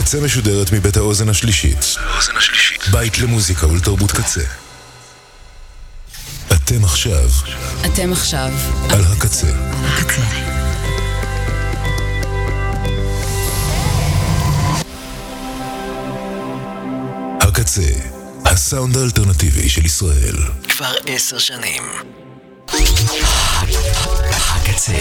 הקצה משודרת מבית האוזן השלישית. בית למוזיקה ולתרבות קצה. אתם עכשיו על הקצה. הקצה, הסאונד האלטרנטיבי של ישראל. כבר 10 שנים. הקצה.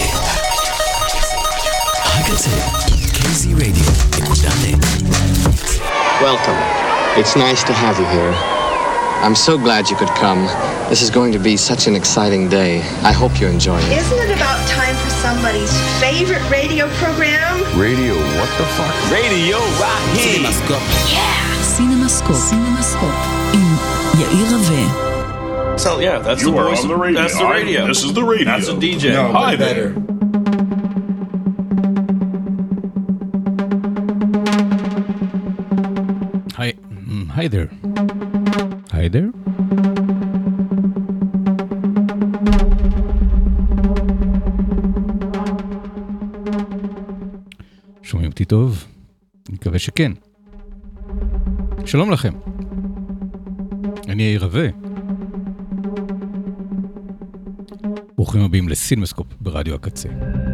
KZRadio.net. Welcome. It's nice to have you here. I'm so glad you could come. This is going to be such an exciting day. I hope you enjoy it. Isn't it about time for somebody's favorite radio program? Radio, what the fuck? Radio Rahi. CinemaScope. Yeah. CinemaScope. עם יאיר רווה. So yeah, that's You the are voice. on the radio. That's the radio. This is the radio. That's a DJ. No, Hi but there. Hi there. Hi there. שומעים אותי טוב? אני מקווה שכן. שלום לכם. אני יאיר רווה. ברוכים הבאים לסינמסקופ ברדיו הקצה.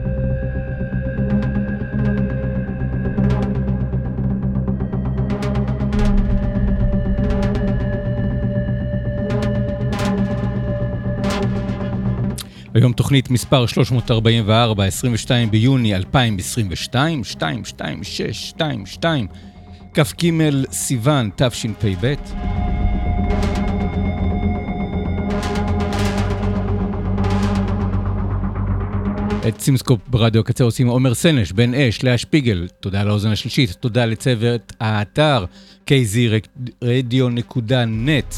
היום תוכנית מספר 344, 22 ביוני 2022, 22622, כ"ג סיוון תשפ"ב. את סימסקופ ברדיו הקצה עושים עומר סנש, בן אש, לאה שפיגל, תודה לאוזן השלישית, תודה לצוות האתר KZRadio.net.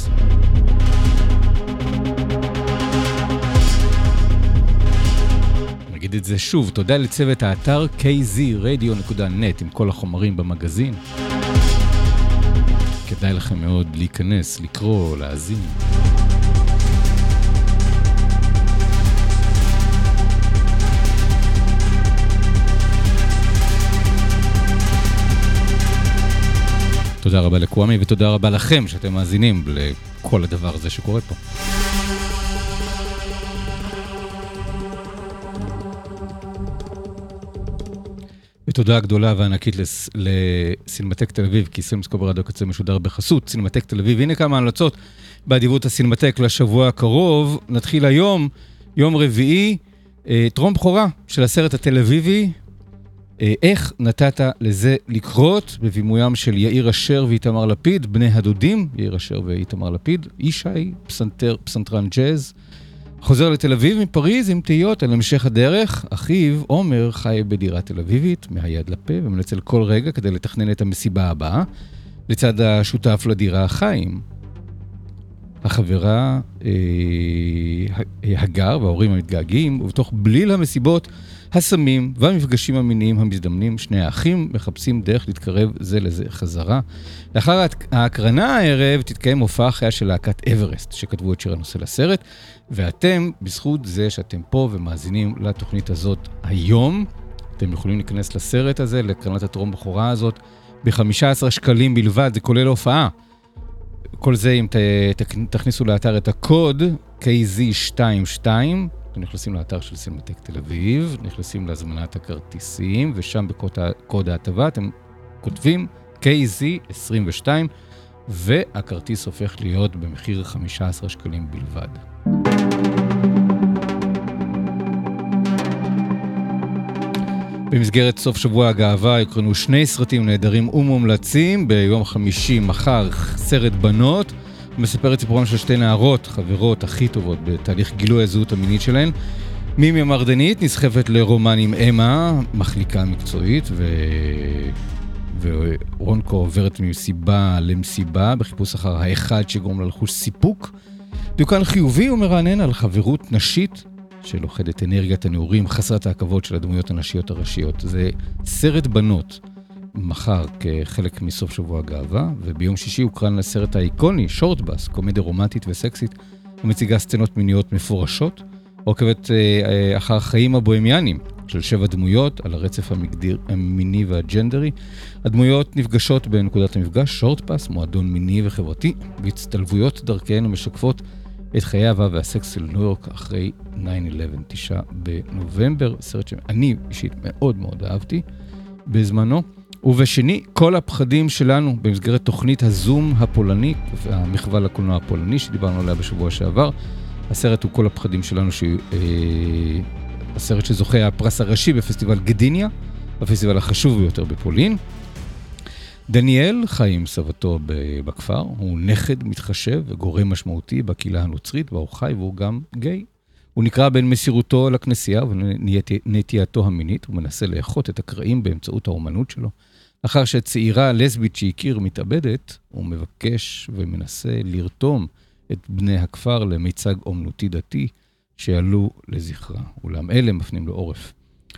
נגיד את זה שוב, תודה לצוות האתר KZRadio.net עם כל החומרים במגזין. כדאי לכם מאוד להיכנס, לקרוא, להאזין. תודה רבה לקוואמי ותודה רבה לכם שאתם מאזינים לכל הדבר הזה שקורה פה. ותודה גדולה וענקית לסינמטק תל אביב, כי סינמסקופ ברדיו הקצה משודר בחסות סינמטק תל אביב. הנה כמה המלצות באדיבות הסינמטק לשבוע הקרוב. נתחיל היום, יום רביעי, טרום בחורה של הסרט התל אביבי, איך נתת לזה לקרות, בבימוים של יאיר אשר ואיתמר לפיד, בני הדודים, יאיר אשר ואיתמר לפיד, ישי, פסנתרן ג'אז, חוזר לתל אביב מפריז עם תהיות על המשך הדרך. אחיו, עומר, חי בדירה תל אביבית, מהיד לפה, ומנצל כל רגע כדי לתכנן את המסיבה הבאה, לצד השותף לדירה חיים. החברה הגר וההורים המתגעגעים, ובתוך בליל המסיבות, הסמים והמפגשים המיניים המזדמנים, שני האחים מחפשים דרך להתקרב זה לזה חזרה. לאחר ההקרנה הערב תתקיים הופעה חיה של להקת אברסט, שכתבו את שיר הנושא לסרט, ואתם, בזכות זה שאתם פה ומאזינים לתוכנית הזאת היום, אתם יכולים להיכנס לסרט הזה, לקרנת הטרום בחורה הזאת, ב-15 שקלים בלבד, זה כולל הופעה. כל זה אם תכניסו לאתר את הקוד KZ22, אתם נכנסים לאתר של סינמטק תל אביב, נכנסים להזמנת הכרטיסים, ושם בקוד ההטבה אתם כותבים KZ22, והכרטיס הופך להיות במחיר 15 שקלים בלבד. במסגרת סוף שבוע הגאווה יקרנו 2 סרטים נהדרים ומומלצים. ביום חמישי מחר סרט בנות, מספר את סיפורם של 2 נערות, חברות הכי טובות בתהליך גילוי הזהות המינית שלהן. מימי המרדנית נסחפת לרומן עם אמה, מחליקה מקצועית, ורונקו עוברת ממסיבה למסיבה בחיפוש אחר האחד שגורם לה לחוש סיפוק. דוקן חיובי ומרענן על חברות נשית שלוחדת אנרגיית הנעורים חסרת העכבות של הדמויות הנשיות הראשיות. זה סרט בנות, מחר כחלק מסוף שבוע הגאווה, וביום שישי הוקרן לסרט האיקוני, שורטבאס, קומדיה רומנטית וסקסית, ומציגה סצנות מיניות מפורשות, עוקבת אחר חיים הבוהמיאנים של 7 דמויות על הרצף המיני והג'נדרי. הדמויות נפגשות בנקודת המפגש, שורטפאס, מועדון מיני וחברתי, והצטלבויות דרכיהן המשקפות את חיי האהבה והסקס של ניו יורק אחרי 9/11, 9 בנובמבר, סרט שאני אישית מאוד מאוד אהבתי בזמנו. ובשני, כל הפחדים שלנו במסגרת תוכנית הזום הפולני, המחווה לקולנוע הפולני שדיברנו עליה בשבוע שעבר. הסרט הוא כל הפחדים שלנו, הסרט שזוכה הפרס הראשי בפסטיבל גדיניה, הפסטיבל החשוב ביותר בפולין. דניאל חי עם סבתו בכפר, הוא נכד מתחשב וגורם משמעותי בקהילה הנוצרית, והוא חי והוא גם גיי. הוא נקרא בין מסירותו לכנסייה ונטייתו המינית, הוא מנסה לאחות את הקרעים באמצעות האומנות שלו. לאחר שצעירה לסבית שהכיר מתאבדת, הוא מבקש ומנסה לרתום את בני הכפר למיצג אומנותי דתי שעלו לזכרה. אולם אלה מפנים לו עורף.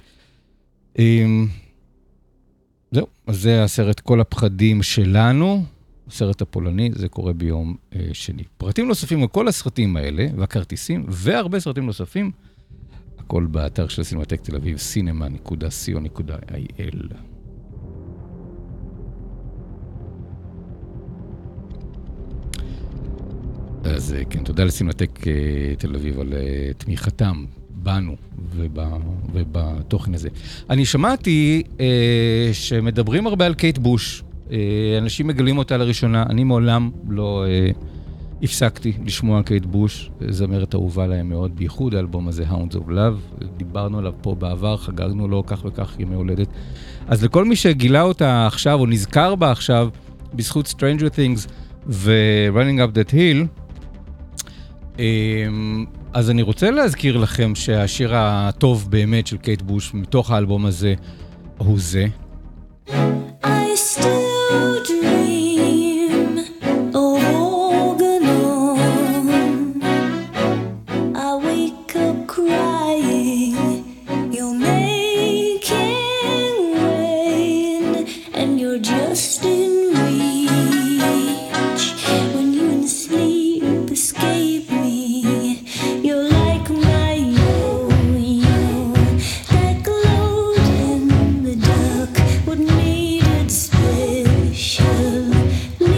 זהו, אז זה הסרט כל הפחדים שלנו, הסרט הפולני, זה קורה ביום שני. פרטים נוספים על כל הסרטים האלה, והכרטיסים, והרבה סרטים נוספים, הכל באתר של סינמטק תל אביב, cinema.co.il. אז כן, תודה לסינמטק תל אביב על תמיכתם בנו ובתוכן הזה. אני שמעתי שמדברים הרבה על קייט בוש. אנשים מגלים אותה לראשונה. אני מעולם לא הפסקתי לשמוע קייט בוש. זמרת אהובה להם מאוד, בייחוד האלבום הזה, Hounds of Love. דיברנו עליו פה בעבר, חגגנו לו כך וכך ימי הולדת. אז לכל מי שגילה אותה עכשיו, או נזכר בה עכשיו, בזכות Stranger Things ו-Running Up That Hill, אז אני רוצה להזכיר לכם שהשיר הטוב באמת של קייט בוש מתוך האלבום הזה הוא זה. I still dream of Organon. I wake up crying, you're making rain, and you're just in reach. When you in sleep escape me, you're like my yo-yo that glowed in the dark. What made it special?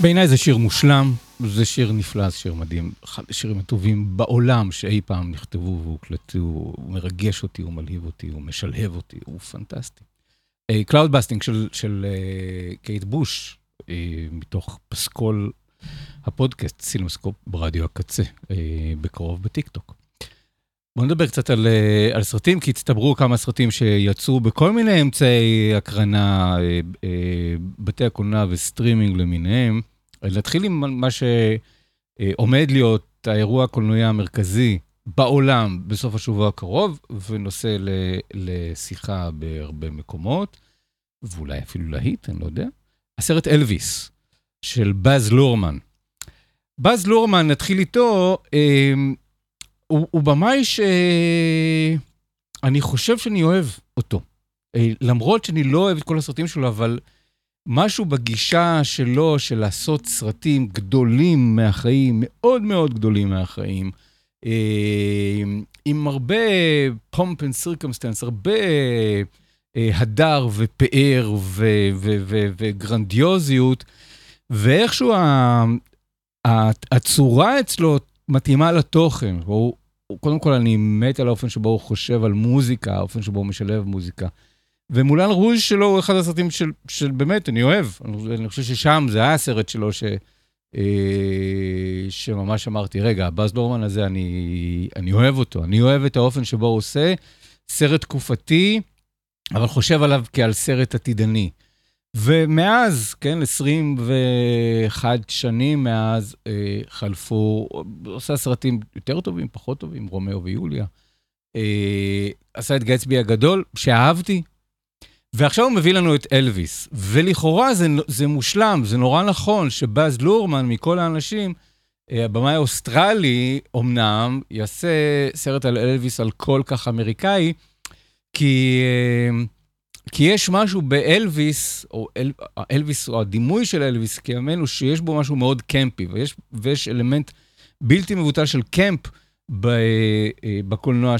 בעיניי זה שיר מושלם, זה שיר נפלא, זה שיר מדהים, אחד השירים הטובים בעולם שאי פעם נכתבו והוקלטו, הוא מרגש אותי, הוא מלהיב אותי, הוא משלהב אותי, הוא פנטסטי. Cloud Busting של קייט בוש, מתוך פסקול הפודקאסט סינמסקופ ברדיו הקצה, בקרוב בטיקטוק. בואו נדבר קצת על סרטים, כי הצטברו כמה סרטים שיצאו בכל מיני אמצעי הקרנה, בתי הקולנוע וסטרימינג למיניהם. נתחיל עם מה שעומד להיות האירוע הקולנועי המרכזי בעולם בסוף השבוע הקרוב, ונושא לשיחה בהרבה מקומות, ואולי אפילו להיט, אני לא יודע. הסרט אלוויס של באז לורמן. באז לורמן, נתחיל איתו, הוא במאי שאני חושב שאני אוהב אותו. למרות שאני לא אוהב את כל הסרטים שלו, אבל משהו בגישה שלו, של לעשות סרטים גדולים מהחיים, מאוד מאוד גדולים מהחיים, עם הרבה פומפ and circumstance, הרבה הדר ופאר וגרנדיוזיות, ואיכשהו הצורה אצלו מתאימה לתוכן. קודם כל אני מת על האופן שבו הוא חושב על מוזיקה, האופן שבו הוא משלב מוזיקה. ומולן רוז' שלו הוא אחד הסרטים של באמת, אני אוהב. אני חושב ששם זה היה הסרט שלו שממש אמרתי, רגע, באז לורמן הזה, אני אוהב אותו. אני אוהב את האופן שבו הוא עושה סרט תקופתי, אבל חושב עליו כעל סרט עתידני. ומאז, כן, 21 שנים מאז חלפו, עושה סרטים יותר טובים, פחות טובים, רומאו ויוליה. עשה את גטסבי הגדול, שאהבתי, ועכשיו הוא מביא לנו את אלוויס. ולכאורה זה מושלם, זה נורא נכון שבאז לורמן מכל האנשים, הבמאי האוסטרלי, אמנם, יעשה סרט על אלוויס על כל כך אמריקאי, כי יש משהו באלוויס, או אלוויס, או הדימוי של אלוויס, כי אמנו שיש בו משהו מאוד קמפי, ויש אלמנט בלתי מבוטל של קמפ בקולנוע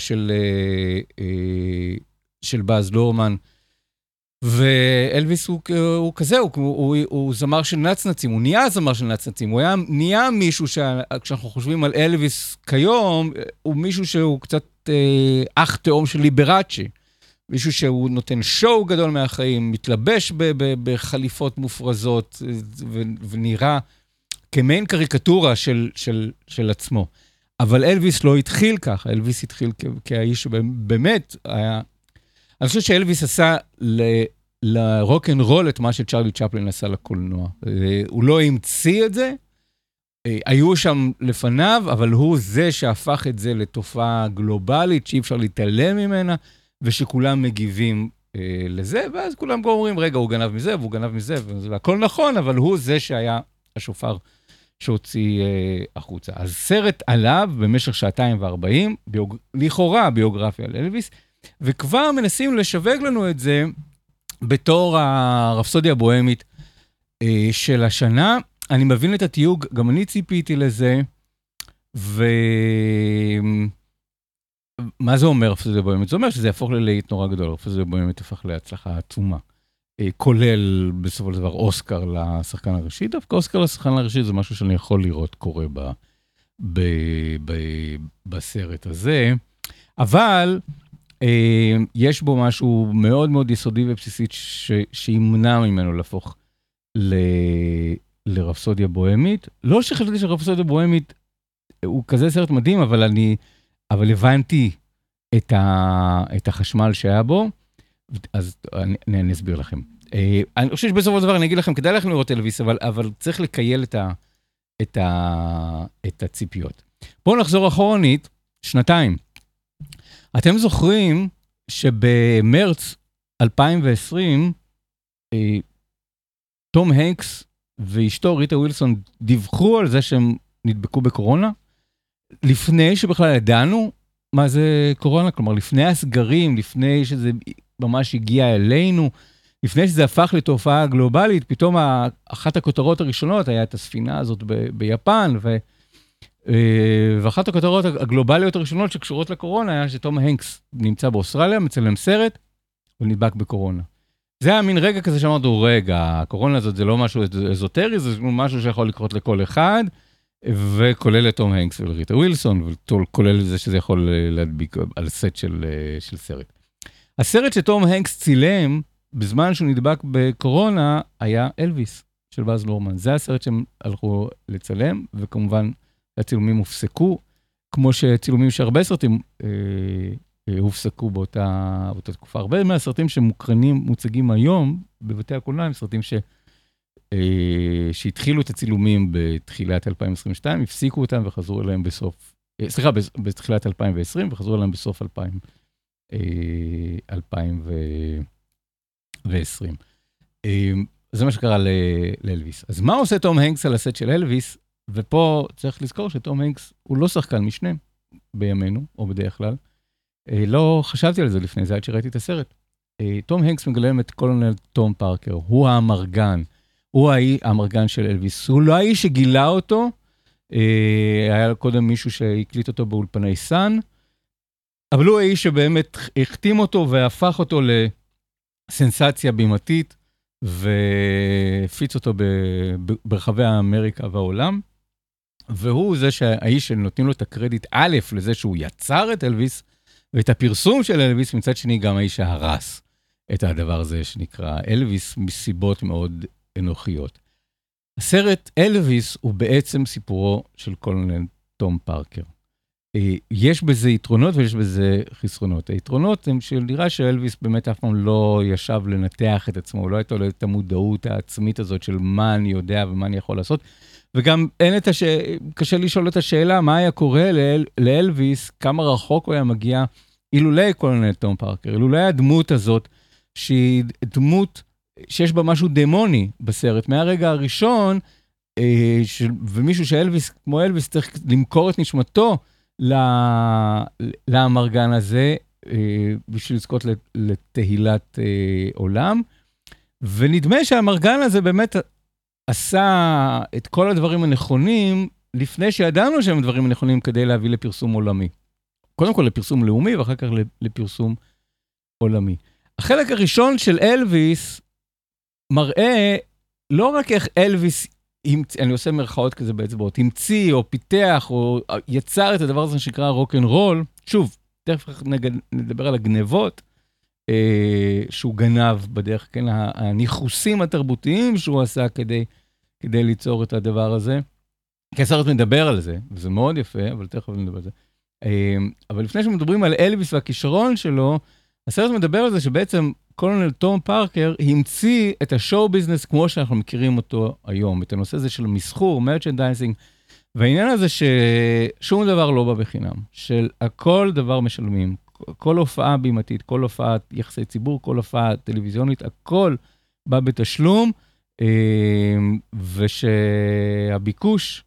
של באז לורמן, ואלוויס הוא כזה, הוא זמר של נצנצים, הוא נהיה זמר של נצנצים, הוא נהיה מישהו כשאנחנו חושבים על אלוויס כיום, הוא מישהו שהוא קצת אח תאום של ליברצ'י, מישהו שהוא נותן שואו גדול מהחיים, מתלבש בחליפות מופרזות, ונראה כמין קריקטורה של עצמו. אבל אלוויס לא התחיל ככה, אלוויס התחיל כאיש שבאמת היה... אני חושב שאלוויס עשה לרוק אנד רול את מה שצ'רלי צ'פלין עשה לקולנוע. הוא לא המציא את זה, היו שם לפניו, אבל הוא זה שהפך את זה לתופעה גלובלית, שאי אפשר להתעלם ממנה, ושכולם מגיבים לזה, ואז כולם גם אומרים, רגע, הוא גנב מזה, והוא גנב מזה, והכל נכון, אבל הוא זה שהיה השופר שהוציא החוצה. אז סרט עליו במשך 2:40, לכאורה ביוגרפיה על אלוויס, וכבר מנסים לשווק לנו את זה בתור הרפסודיה הבוהמית של השנה. אני מבין את התיוג, גם אני ציפיתי לזה, מה זה אומר רפסודיה הבוהמית? זה אומר שזה יהפוך ללהיט נורא גדול, רפסודיה הבוהמית הפך להצלחה עצומה, כולל בסופו של דבר אוסקר לשחקן הראשי, דווקא אוסקר לשחקן הראשי זה משהו שאני יכול לראות קורה בסרט הזה, אבל יש בו משהו מאוד מאוד יסודי ובסיסי שימנע ממנו להפוך לרפסודיה בוהמית. לא שחשבתי שרפסודיה בוהמית הוא כזה סרט מדהים, אבל הבנתי את החשמל שהיה בו, אז אני אסביר לכם. אני חושב שבסופו של דבר אני אגיד לכם, כדאי לכם לראות אלוויס, אבל צריך לקייל את הציפיות. בואו נחזור אחורנית, 2. אתם זוכרים שבמרץ 2020, תום הנקס ואשתו ריטה ווילסון דיווחו על זה שהם נדבקו בקורונה, לפני שבכלל ידענו מה זה קורונה, כלומר לפני הסגרים, לפני שזה ממש הגיע אלינו, לפני שזה הפך לתופעה גלובלית, פתאום אחת הכותרות הראשונות היה את הספינה הזאת ביפן, ואחת הכותרות הגלובליות הראשונות שקשורות לקורונה היה שתום הנקס נמצא באוסטרליה, מצלם סרט, ונדבק בקורונה. זה היה מין רגע כזה שאמרנו, רגע, הקורונה הזאת זה לא משהו אזוטרי, זה משהו שיכול לקרות לכל אחד, וכולל את תום הנקס ולריטה ווילסון, וכולל זה שזה יכול להדביק על סט של סרט. הסרט שתום הנקס צילם, בזמן שהוא נדבק בקורונה, היה אלוויס של באז לורמן. זה הסרט שהם הלכו לצלם, וכמובן הצילומים הופסקו, כמו שצילומים שהרבה סרטים הופסקו באותה תקופה. הרבה מהסרטים שמוקרנים, מוצגים היום בבתי הקולנוע, הם סרטים שהתחילו את הצילומים בתחילת 2022, הפסיקו אותם וחזרו אליהם בתחילת 2020, וחזרו אליהם בסוף 2020. זה מה שקרה לאלוויס. אז מה עושה תום הנקס על הסט של אלוויס? ופה צריך לזכור שתום הנקס הוא לא שחקן משנה בימינו, או בדרך כלל. לא חשבתי על זה לפני זה, עד שראיתי את הסרט. תום הנקס מגלם את קולונל תום פארקר, הוא האמרגן, הוא האמרגן של אלוויס, הוא לא האיש שגילה אותו, היה קודם מישהו שהקליט אותו באולפני סן, אבל הוא האיש שבאמת החתים אותו והפך אותו לסנסציה בימתית, והפיץ אותו ברחבי האמריקה והעולם, והוא זה שהאיש שנותנים לו את הקרדיט א' לזה שהוא יצר את אלוויס, ואת הפרסום של אלוויס, מצד שני גם האיש שהרס את הדבר הזה שנקרא אלוויס, מסיבות מאוד אנוכיות. הסרט אלוויס הוא בעצם סיפורו של קולונל תום פארקר. יש בזה יתרונות ויש בזה חסרונות. היתרונות הם שנראה שאלוויס באמת אף פעם לא ישב לנתח את עצמו, לא הייתה לו את המודעות העצמית הזאת של מה אני יודע ומה אני יכול לעשות, וגם קשה לשאול את השאלה מה היה קורה לאלוויס, כמה רחוק הוא היה מגיע, אילולי קולונל תום פארקר, אילולי הדמות הזאת, שהיא דמות שיש בה משהו דמוני בסרט, מהרגע הראשון, ומישהו שאלוויס, כמו אלוויס, צריך למכור את נשמתו לאמרגן הזה, בשביל לזכות לתהילת עולם, ונדמה שהאמרגן הזה באמת עשה את כל הדברים הנכונים, לפני שידענו שהם דברים הנכונים כדי להביא לפרסום עולמי. קודם כל לפרסום לאומי, ואחר כך לפרסום עולמי. החלק הראשון של אלוויס מראה לא רק איך אלוויס, אני עושה מרכאות כזה באצבעות, המציא או פיתח או יצר את הדבר הזה שנקרא רוק'נ'רול, שוב, תכף נדבר על הגנבות, שהוא גנב בדרך, כן, הניחוסים התרבותיים שהוא עשה כדי ליצור את הדבר הזה. כי הסרט מדבר על זה, וזה מאוד יפה, אבל תכף נדבר על זה. אבל לפני שמדברים על אלוויס והכישרון שלו, הסרט מדבר על זה שבעצם קולונל תום פארקר המציא את השואו ביזנס כמו שאנחנו מכירים אותו היום, את הנושא הזה של מסחור, מרצ'נדייזינג, והעניין הזה ששום דבר לא בא בחינם, של הכל דבר משלמים, כל הופעה בימתית, כל הופעת יחסי ציבור, כל הופעה טלוויזיונית, הכל בא בתשלום, ושהביקוש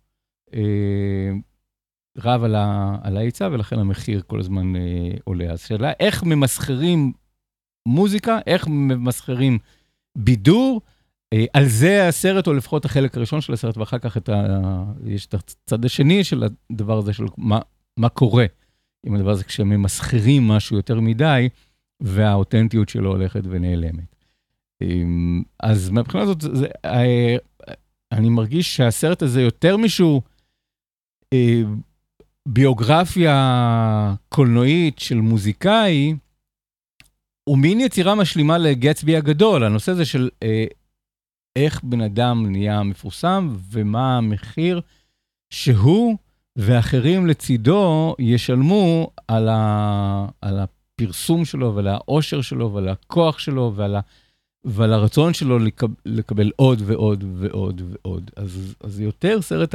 רב על ההיצע, ולכן המחיר כל הזמן עולה. אז שאלה, איך ממסחרים מוזיקה, איך ממסחרים בידור, על זה הסרט, או לפחות החלק הראשון של הסרט, ואחר כך יש את הצד השני של הדבר הזה, של מה קורה עם הדבר הזה, כשממסחרים משהו יותר מדי, והאותנטיות שלו הולכת ונעלמת. אז מבחינה הזאת, אני מרגיש שהסרט הזה יותר משהו ביוגרפיה קולנועית של מוזיקאי, הוא מין יצירה משלימה לגטסבי הגדול, הנושא הזה של איך בן אדם נהיה מפורסם, ומה המחיר שהוא ואחרים לצידו ישלמו על הפרסום שלו, ועל העושר שלו, ועל הכוח שלו, ועל הרצון שלו לקבל עוד ועוד ועוד ועוד. אז זה יותר סרט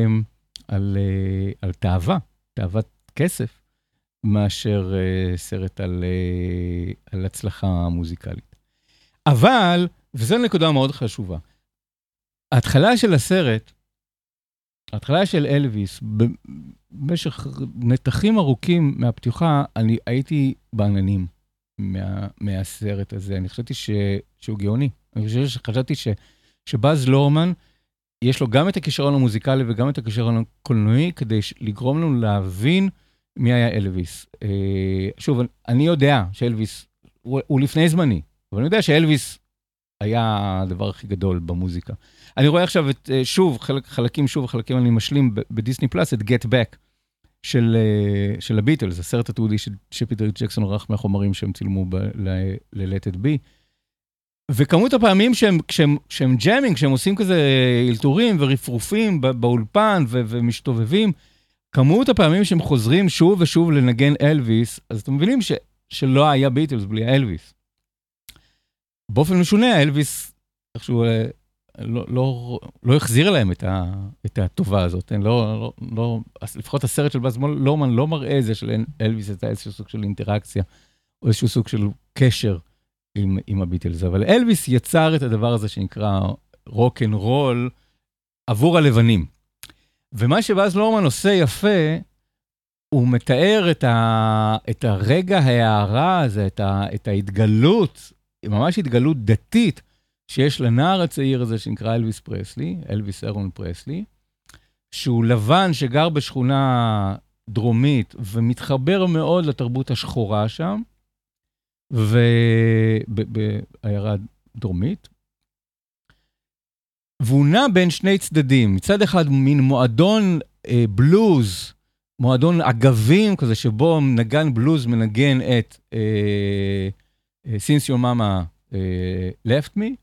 על תאוות כסף, מאשר סרט על הצלחה מוזיקלית. אבל, וזו נקודה מאוד חשובה, ההתחלה של הסרט, ההתחלה של אלוויס, במשך נתחים ארוכים מהפתיחה, אני הייתי בעננים מהסרט הזה. אני חשבתי שהוא גאוני. אני חשבתי שבאז לורמן, יש לו גם את הכישרון המוזיקלי וגם את הכישרון הקולנועי, כדי לגרום לנו להבין מי היה אלוויס. שוב, אני יודע שאלוויס הוא לפני זמני, אבל אני יודע שאלוויס היה הדבר הכי גדול במוזיקה. אני רואה עכשיו חלקים אני משלים בדיסני פלאס, את Get Back של הביטלס, הסרט התיעודי שפיטר ג'קסון ערך מהחומרים שהם צילמו ל-Let It Be. וכמות הפעמים כשהם ג'אמינג, כשהם עושים כזה אלתורים ורפרופים באולפן ומשתובבים, כמות הפעמים שהם חוזרים שוב ושוב לנגן אלוויס, אז אתם מבינים שלא היה ביטלס בלי אלוויס. באופן משונה, אלוויס איכשהו לא החזיר להם את הטובה הזאת. לפחות הסרט של באז לורמן לא מראה איזה של אלוויס, את איזשהו סוג של אינטראקציה, או איזשהו סוג של קשר עם הביטלס. אבל אלוויס יצר את הדבר הזה שנקרא רוק אנד רול עבור הלבנים. ומה שבאז לורמן עושה יפה, הוא מתאר את הרגע ההערה הזה, את ההתגלות, ממש התגלות דתית, שיש לנער הצעיר הזה שנקרא אלוויס פרסלי, אלוויס ארון פרסלי, שהוא לבן שגר בשכונה דרומית, ומתחבר מאוד לתרבות השחורה שם, בעיירה דרומית, והוא נע בין שני צדדים. מצד אחד מין מועדון בלוז, מועדון אגבים כזה, שבו נגן בלוז מנגן את Since Your Mama Left Me,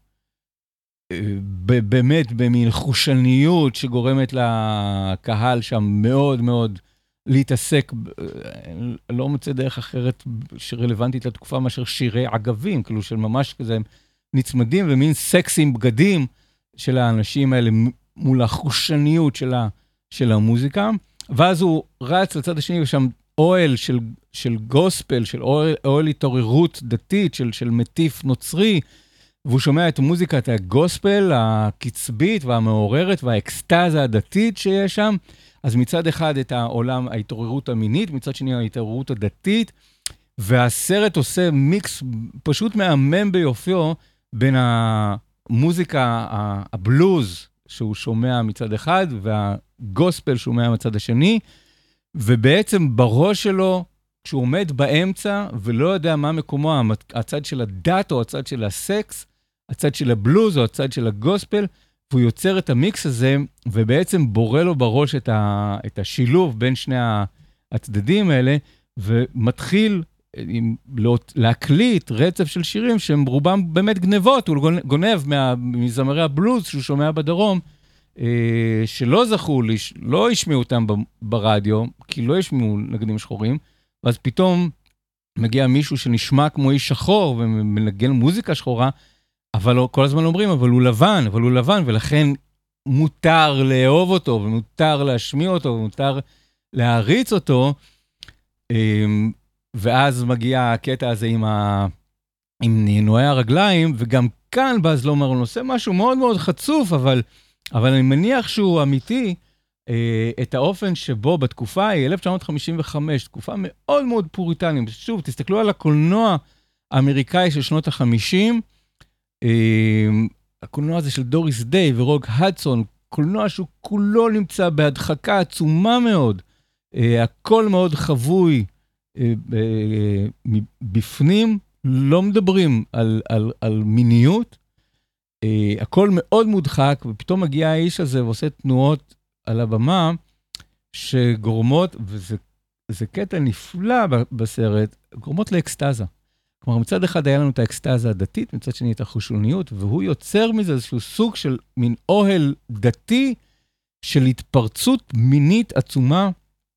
באמת במין חושניות שגורמת לקהל שם מאוד מאוד להתעסק, לא מוצא דרך אחרת שרלוונטית לתקופה מאשר שירי אגבים, כאילו של ממש כזה נצמדים ומין סקסים בגדים של האנשים האלה מול החושניות של המוזיקה, ואז הוא רץ לצד השני ושם אוהל של גוספל, של אוהל התעוררות דתית, של מטיף נוצרי, והוא שומע את מוזיקת הגוספל הקצבית והמעוררת והאקסטאזה הדתית שיש שם, אז מצד אחד את העולם ההתעוררות המינית, מצד שני ההתעוררות הדתית, והסרט עושה מיקס פשוט מהמם ביופיו בין המוזיקה, הבלוז שהוא שומע מצד אחד, והגוספל שהוא שומע מצד השני, ובעצם בראש שלו, כשהוא עומד באמצע ולא יודע מה מקומו, הצד של הדת או הצד של הסקס, הצד של הבלוז או הצד של הגוספל, והוא יוצר את המיקס הזה, ובעצם בורא לו בראש את השילוב בין שני הצדדים האלה, ומתחיל להקליט רצף של שירים שהם רובם באמת גנבות, הוא גונב מזמרי הבלוז שהוא שומע בדרום, שלא זכו, לא ישמעו אותם ברדיו, כי לא ישמעו נגנים שחורים, ואז פתאום מגיע מישהו שנשמע כמו איש שחור, ומנגן מוזיקה שחורה, אבל כל הזמן אומרים, אבל הוא לבן, ולכן מותר לאהוב אותו, ומותר להשמיע אותו, ומותר להריץ אותו, ואז מגיע הקטע הזה עם נענועי הרגליים, וגם כאן באז לורמן הוא עושה משהו מאוד מאוד חצוף, אבל אני מניח שהוא אמיתי, את האופן שבו בתקופה היא 1955, תקופה מאוד מאוד פוריטנית. שוב, תסתכלו על הקולנוע האמריקאי של שנות ה-50, הקולנוע הזה של דוריס דיי ורוג הדסון, קולנוע שהוא כולו נמצא בהדחקה עצומה מאוד, הכל מאוד חבוי בפנים, לא מדברים על מיניות, הכל מאוד מודחק, ופתאום מגיע האיש הזה ועושה תנועות על הבמה, שגורמות, וזה קטע נפלא בסרט, גורמות לאקסטאזה. כלומר, מצד אחד היה לנו את האקסטאזה הדתית, מצד שני את החושוניות, והוא יוצר מזה איזשהו סוג של מין אוהל דתי, של התפרצות מינית עצומה,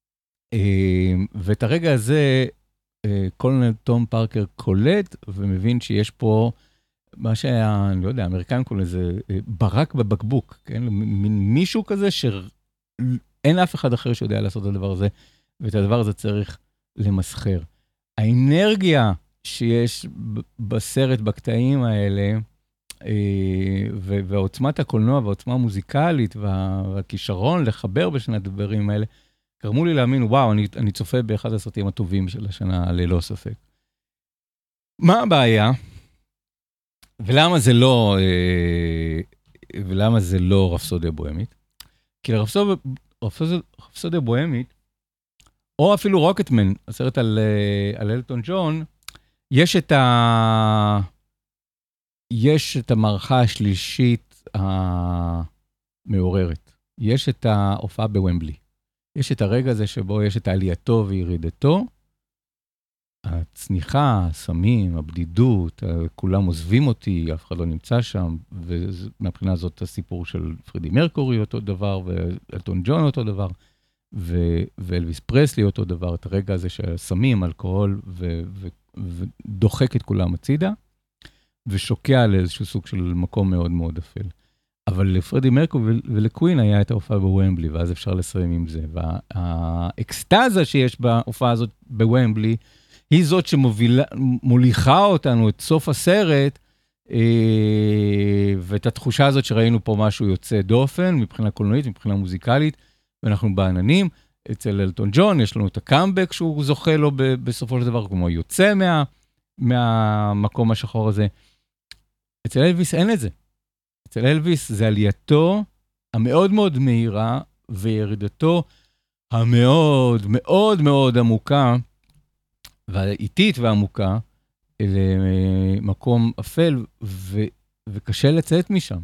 ואת הרגע הזה, קולונל תום פארקר קולט, ומבין שיש פה, מה שהיה, אני לא יודע, האמריקאים קוראים לזה, ברק בבקבוק, כן? מין מישהו כזה שאין אף אחד אחר שיודע לעשות את הדבר הזה, ואת הדבר הזה צריך למסחר. האנרגיה שיש בסרט, בקטעים האלה, ועוצמת הקולנוע, והעוצמה המוזיקלית, והכישרון לחבר בשני הדברים האלה, גרמו לי להאמין, וואו, אני צופה באחד הסרטים הטובים של השנה, ללא ספק. מה הבעיה? ולמה זה לא רפסודיה בוהמית? כי לרפסודיה בוהמית, או אפילו רוקטמן, הסרט על אלטון ג'ון, יש את המערכה השלישית המעוררת. יש את ההופעה בוומבלי. יש את הרגע הזה שבו יש את עלייתו וירידתו, הצניחה, הסמים, הבדידות, כולם עוזבים אותי, אף אחד לא נמצא שם, ומבחינה הזאת הסיפור של פרדי מרקורי אותו דבר, ואלטון ג'ון אותו דבר, ואלוויס פרסלי אותו דבר, את הרגע הזה של סמים, אלכוהול, ודוחק את כולם הצידה, ושוקע לאיזשהו סוג של מקום מאוד מאוד אפל. אבל לפרדי מרקורי ולקווין היה את ההופעה בוומבלי, ואז אפשר לסיים עם זה. והאקסטאזה שיש בהופעה הזאת בוומבלי, היא זאת שמוליכה אותנו את סוף הסרט, ואת התחושה הזאת שראינו פה משהו יוצא דופן, מבחינה קולנועית, מבחינה מוזיקלית, ואנחנו בעננים. אצל אלטון ג'ון יש לנו את הקאמבק שהוא זוכה לו בסופו של דבר, כמו יוצא מהמקום השחור הזה. אצל אלוויס אין את זה. אצל אלוויס זה עלייתו המאוד מאוד מהירה, וירידתו המאוד מאוד מאוד עמוקה, והאיטית ועמוקה, למקום אפל, וקשה לצאת משם.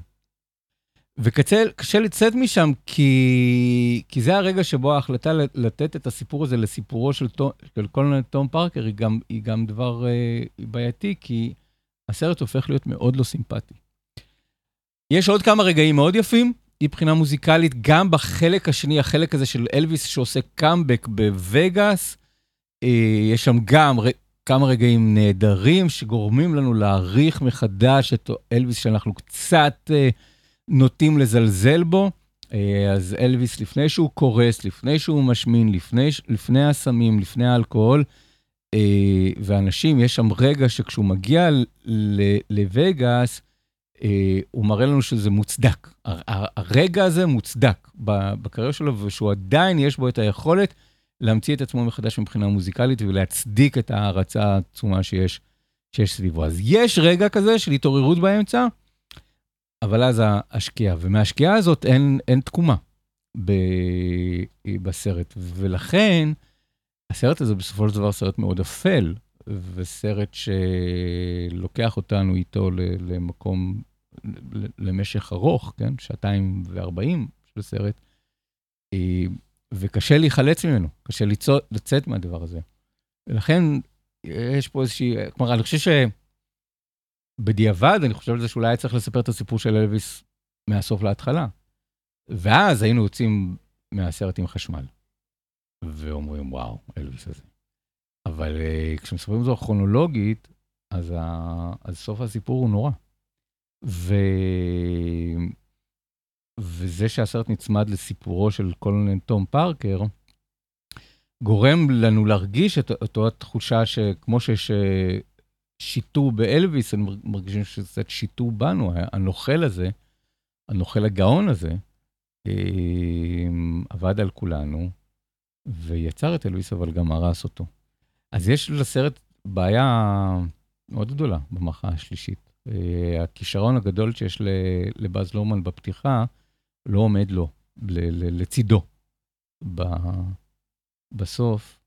וקשה לצאת משם, כי זה הרגע שבו ההחלטה לתת את הסיפור הזה לסיפורו של קולנל תום פארקר, היא גם דבר בעייתי, כי הסרט הופך להיות מאוד לא סימפטי. יש עוד כמה רגעים מאוד יפים, מבחינה מוזיקלית, גם בחלק השני, החלק הזה של אלוויס שעושה קאמבק בווגאס, יש שם גם כמה רגעים נהדרים שגורמים לנו להעריך מחדש את אלוויס שאנחנו קצת נוטים לזלזל בו. אז אלוויס לפני שהוא קורס, לפני שהוא משמין, לפני הסמים, לפני האלכוהול, ואנשים, יש שם רגע שכשהוא מגיע לווגאס, הוא מראה לנו שזה מוצדק. הרגע הזה מוצדק בקריירה שלו, ושהוא עדיין יש בו את היכולת להמציא את עצמו מחדש מבחינה מוזיקלית, ולהצדיק את ההרצה העצומה שיש סביבו. אז יש רגע כזה של התעוררות באמצע, אבל אז השקיעה, ומהשקיעה הזאת אין תקומה בסרט, ולכן הסרט הזה בסופו של דבר סרט מאוד אפל, וסרט שלוקח אותנו איתו למקום, למשך ארוך, כן? 2:40 של סרט, וקשה להיחלץ ממנו, קשה לצאת מהדבר הזה. ולכן יש פה איזושהי, כלומר, אני חושב שבדיעבד, אני חושב על זה שאולי היה צריך לספר את הסיפור של אלוויס מהסוף להתחלה. ואז היינו יוצאים מהסרט עם חשמל. ואומרים, וואו, אלוויס הזה. אבל כשמספרים זו כרונולוגית, אז סוף הסיפור הוא נורא. וזה שהסרט נצמד לסיפורו של קולנל תום פארקר, גורם לנו להרגיש את אותו התחושה שכמו שיש שיטו באלוויס, אני מרגישים שזה שיטו בנו, הנוכל הזה, הנוכל הגאון הזה, עבד על כולנו, ויצר את אלוויס, אבל גם הרס אותו. אז יש לסרט בעיה מאוד גדולה במערכה השלישית. הכישרון הגדול שיש לבאז לורמן בפתיחה, לא עומד לו, לצידו, בסוף,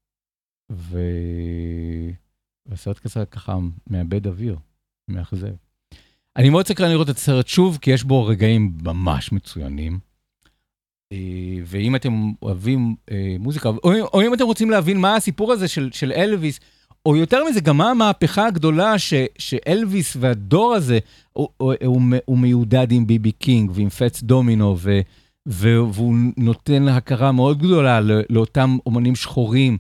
והסרט ככה מאבד אוויר, מאכזב. אני מאוד סקרן לראות את הסרט שוב, כי יש בו רגעים ממש מצוינים, ואם אתם אוהבים מוזיקה, או אם אתם רוצים להבין מה הסיפור הזה של אלוויס, או יותר מזה, גם מה המהפכה הגדולה שאלוויס והדור הזה, הוא מיודד עם ביבי קינג ועם פץ דומינו, והוא נותן הכרה מאוד גדולה לאותם אומנים שחורים,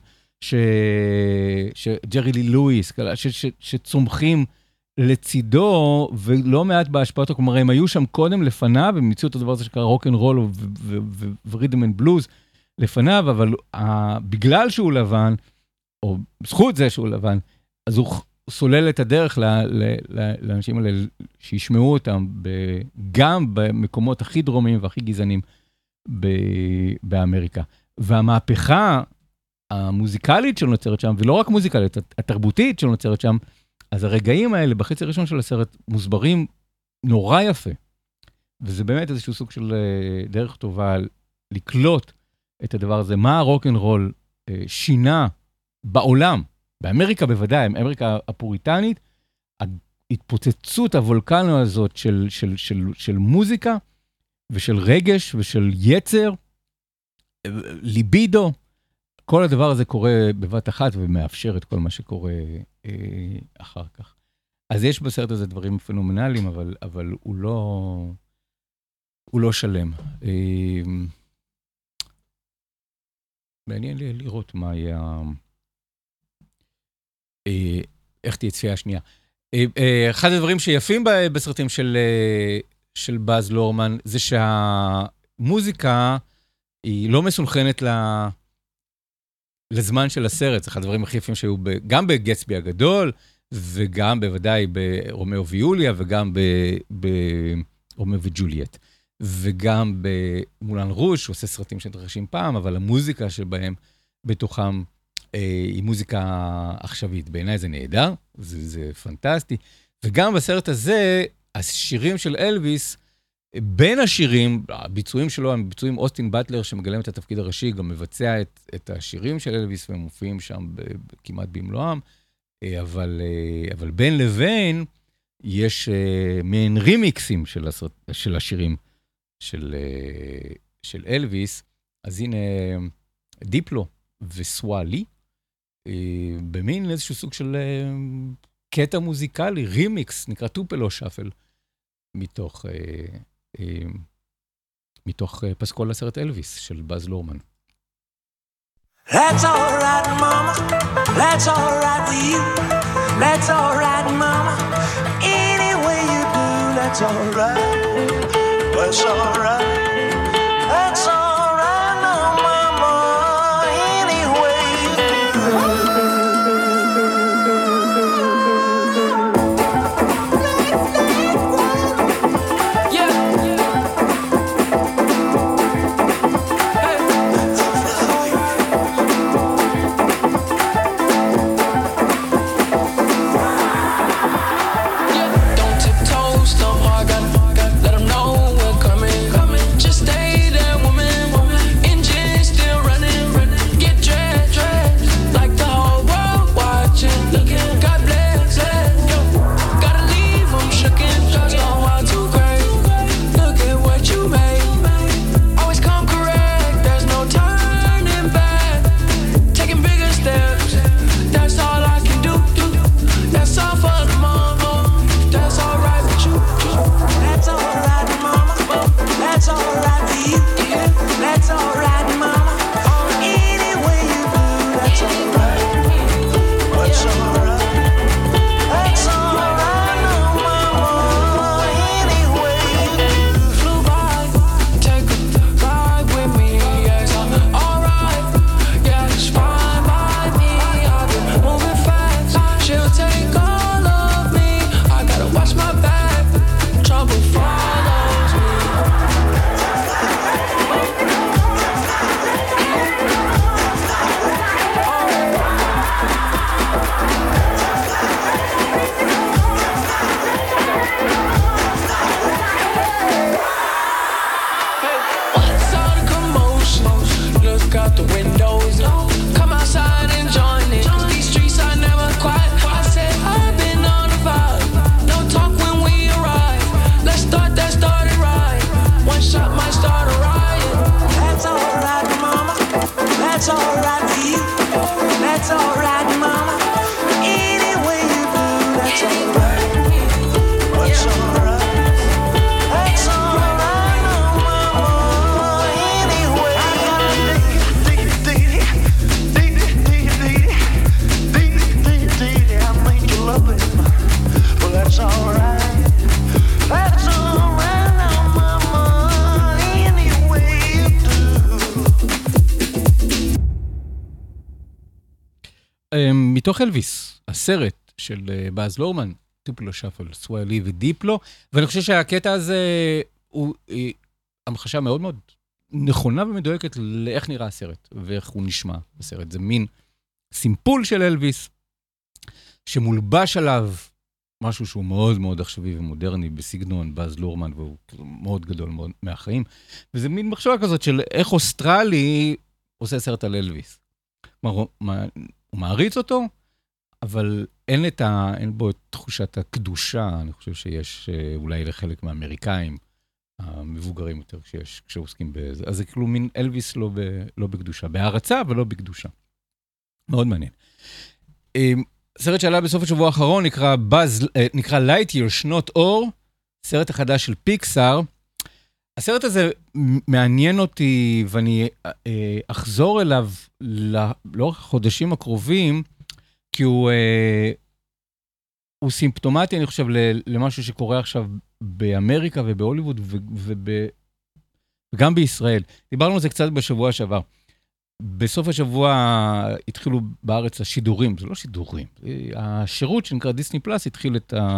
שג'רי לי לואיס, שצומחים לצידו, ולא מעט בהשפעתו, כלומר, הם היו שם קודם לפניו, הם הציעו את הדבר הזה שקרה רוק אנד רול וריתם אנד בלוז לפניו, אבל בגלל שהוא לבן, או בזכות זה שהוא לבן, אז הוא סולל את הדרך לאנשים האלה שישמעו אותם, גם במקומות הכי דרומיים והכי גזענים באמריקה. והמהפכה המוזיקלית שנוצרת שם, ולא רק מוזיקלית, התרבותית שנוצרת שם, אז הרגעים האלה בחצי הראשון של הסרט מוסברים נורא יפה. וזה באמת איזשהו סוג של דרך טובה לקלוט את הדבר הזה. מה הרוק אנד רול שינה בעולם, באמריקה בוודאי, אמריקה הפוריטנית, ההתפוצצות הוולקנו הזאת של מוזיקה, ושל רגש, ושל יצר, ליבידו, כל הדבר הזה קורה בבת אחת, ומאפשר את כל מה שקורה אחר כך. אז יש בסרט הזה דברים פנומנליים, אבל הוא לא שלם. מעניין לי לראות מה יהיה, איך תהיה צפייה השנייה. אחד הדברים שיפים בסרטים של באז לורמן, זה שהמוזיקה היא לא מסונכרנת לזמן של הסרט. זה אחד הדברים הכי יפים שהיו גם בגטסבי הגדול, וגם בוודאי ברומאו ויוליה, וגם ברומאו וג'וליאט. וגם במולן רוש, הוא עושה סרטים שמתרחשים פעם, אבל המוזיקה שבהם בתוכם היא מוזיקה עכשווית. בעיניי זה נהדר, זה פנטסטי. וגם בסרט הזה, השירים של אלוויס, בין השירים, הביצועים שלו, הם ביצועים אוסטין באטלר, שמגלם את התפקיד הראשי, גם מבצע את השירים של אלוויס, והם מופיעים שם כמעט במלואם, אבל בין לבין, יש מעין רימיקסים של השירים של אלוויס. אז הנה, דיפלו וסואלי, במין איזשהו סוג של קטע מוזיקלי, רימיקס, נקרא טופלו שפל, מתוך פסקול הסרט אלוויס של באז לורמן. That's all right, mama. That's all right with you. That's all right, mama. Any way you do, that's all right. That's all right. That's all right now, mama. Any way you do. מתוך אלוויס, הסרט של באז לורמן, טופלו שפל, סואלי ודיפלו, ואני חושב שהקטע הזה הוא המחשה מאוד מאוד נכונה ומדויקת לאיך נראה הסרט, ואיך הוא נשמע בסרט. זה מין סימפול של אלוויס, שמולבש עליו משהו שהוא מאוד מאוד עכשווי ומודרני בסגנון באז לורמן, והוא מאוד גדול מאוד מהחיים, וזה מין מחשבה כזאת של איך אוסטרלי עושה סרט על אלוויס. הוא מעריץ אותו, אבל אין בו את תחושת הקדושה, אני חושב שיש אולי לחלק מהאמריקאים, המבוגרים יותר כשעוסקים בזה. אז זה כאילו מין אלוויס לא בקדושה, בהערצה, אבל לא בקדושה. מאוד מעניין. סרט שעלה בסוף השבוע האחרון נקרא Lightyear, שנות אור, סרט החדש של פיקסאר. הסרט הזה מעניין אותי, ואני אחזור אליו לאורך החודשים הקרובים, כי הוא סימפטומטי, אני חושב, למשהו שקורה עכשיו באמריקה ובהוליווד וגם בישראל. דיברנו על זה קצת בשבוע שעבר. בסוף השבוע התחילו בארץ השידורים, זה לא שידורים, השירות שנקרא דיסני פלאס התחיל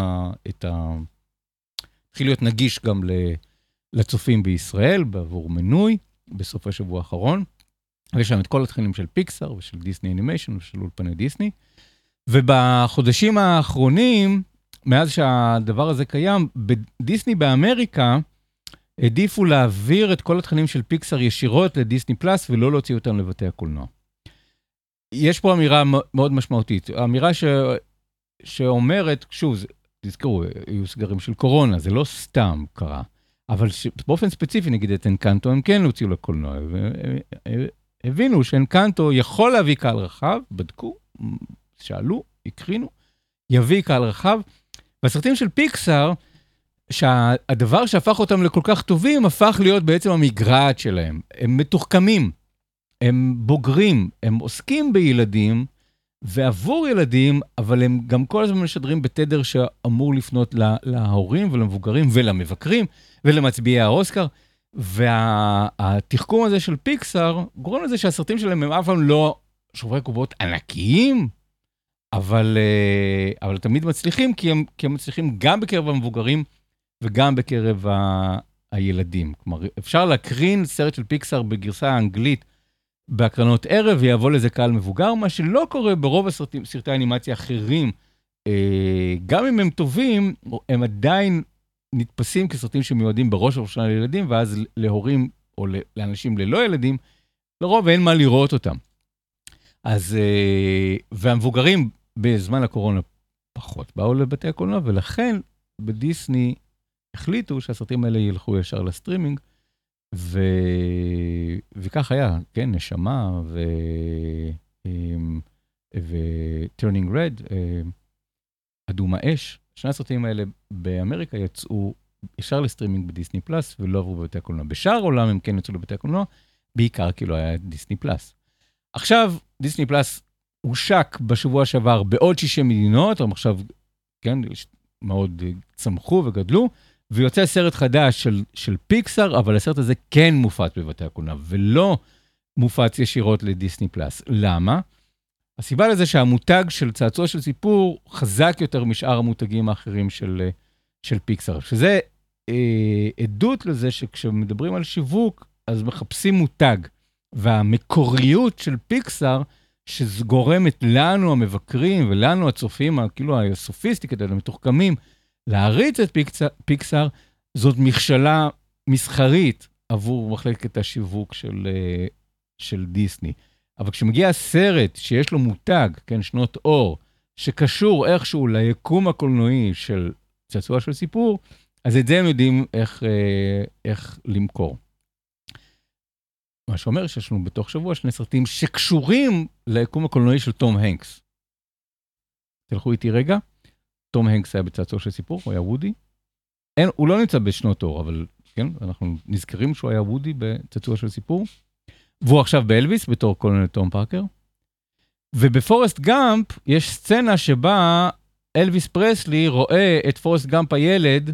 התחיל להיות נגיש גם לצופים בישראל, בעבור מנוי, בסוף השבוע האחרון. ויש שם את כל התכנים של פיקסאר ושל דיסני אנימיישן ושל אולפני דיסני. ובחודשים האחרונים, מאז שהדבר הזה קיים, בדיסני באמריקה, העדיפו להעביר את כל התכנים של פיקסאר ישירות לדיסני פלאס, ולא להוציא אותם לבתי הקולנוע. יש פה אמירה מאוד משמעותית. האמירה שאומרת, שוב, תזכרו, היו סגרים של קורונה, זה לא סתם קרה, אבל באופן ספציפי, נגיד את אנקנטו, הם כן הוציאו לקולנוע, והבינו שאנקנטו יכול להביא קהל רחב, בדקו, שאלו, הקרינו, יביא קהל רחב, והסרטים של פיקסאר, שהדבר שהפך אותם לכל כך טובים, הפך להיות בעצם המגרעת שלהם. הם מתוחכמים, הם בוגרים, הם עוסקים בילדים, ועבור ילדים, אבל הם גם כל הזמן משדרים בתדר שאמור לפנות להורים ולמבוגרים ולמבקרים ולמצביעי האוסקר, והתחכום הזה של פיקסאר גורם לזה שהסרטים שלהם הם אף פעם לא שוברי קובות ענקיים, אבל תמיד מצליחים, כי הם מצליחים גם בקרב המבוגרים וגם בקרב הילדים. כלומר, אפשר להקרין סרט של פיקסאר בגרסה האנגלית בהקרנות ערב, ויבוא לזה קהל מבוגר, מה שלא קורה ברוב סרטי האנימציה אחרים. גם אם הם טובים, הם עדיין נתפסים כסרטים שמיועדים בראש ובראשונה לילדים, ואז להורים או לאנשים ללא ילדים, לרוב אין מה לראות אותם. אז, והמבוגרים בזמן הקורונה פחות באו לבתי הקולנוע, ולכן בדיסני החליטו שהסרטים האלה ילכו ישר לסטרימינג, וכך היה, כן, נשמה ו-Turning Red, אדום האש, שני הסרטים האלה באמריקה יצאו ישר לסטרימינג בדיסני פלאס, ולא עברו בבתי הקולנוע. בשאר העולם הם כן יצאו לבתי הקולנוע, בעיקר כי לא היה דיסני פלאס. עכשיו, דיסני פלאס הושק בשבוע שעבר בעוד 60 מדינות, הם עכשיו, כן, מאוד צמחו וגדלו, ויוצא סרט חדש של פיקסאר, אבל הסרט הזה כן מופץ בבתי הקולנוע, ולא מופץ ישירות לדיסני פלאס. למה? הסיבה לזה שהמותג של צעצוע של סיפור חזק יותר משאר המותגים האחרים של פיקסאר, שזה עדות לזה שכשמדברים על שיווק, אז מחפשים מותג, והמקוריות של פיקסאר, שגורמת לנו המבקרים ולנו הצופים, כאילו הסופיסטיקת, המתוחכמים, להריץ את פיקסאר, זאת מכשלה מסחרית עבור מחלקת השיווק של דיסני. אבל כשמגיע הסרט שיש לו מותג, כן, שנות אור, שקשור איכשהו ליקום הקולנועי של צעצוע של סיפור, אז את זה הם יודעים איך למכור. מה שאומר שיש לנו בתוך שבוע שני סרטים שקשורים ליקום הקולנועי של תום הנקס. תלכו איתי רגע. תום הנקס היה בצעצוע של סיפור, הוא היה וודי. הוא לא נמצא בשנות אור, אבל כן, אנחנו נזכרים שהוא היה וודי בצעצוע של סיפור. והוא עכשיו באלוויס, בתור קולונל תום פארקר. ובפורסט גאמפ יש סצנה שבה אלוויס פרסלי רואה את פורסט גאמפ הילד,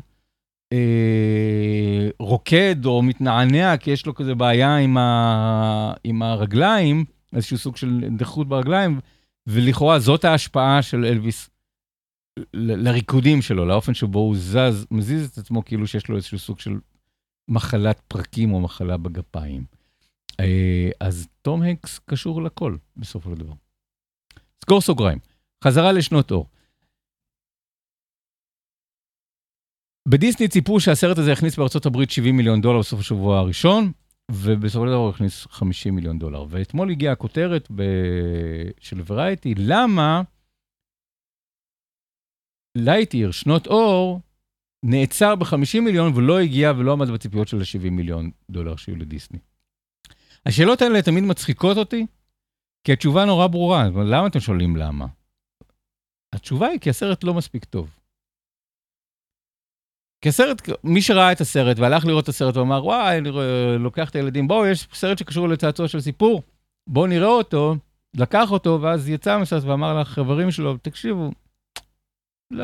רוקד או מתנענע, כי יש לו כזה בעיה עם הרגליים, איזשהו סוג של דחות ברגליים, ולכאורה זאת ההשפעה של אלוויס לריקודים שלו, לאופן שבו הוא מזיז את עצמו, כאילו שיש לו איזשהו סוג של מחלת פרקים או מחלה בגפיים. אז תום הנקס קשור לכל, בסופו של דבר. סגור סוגריים, חזרה לשנות אור. בדיסני ציפו שהסרט הזה הכניס בארצות הברית $70 מיליון בסוף השבוע הראשון, ובסופו של דבר הוא הכניס $50 מיליון. ואתמול הגיעה הכותרת של וראייטי, למה לייטיר, שנות אור, נעצר ב-50 מיליון ולא הגיע ולא עמד בציפיות של $70 מיליון שיהיו לדיסני. השאלות האלה תמיד מצחיקות אותי, כי התשובה נורא ברורה. למה אתם שואלים למה? התשובה היא כי הסרט לא מספיק טוב. כי הסרט, מי שראה את הסרט והלך לראות את הסרט ואמר, וואי, אני לוקח את הילדים, בואו, יש סרט שקשור לצעצוע של סיפור, בואו נראה אותו, לקח אותו, ואז יצא מסרט ואמר לחברים שלו, תקשיבו, לא.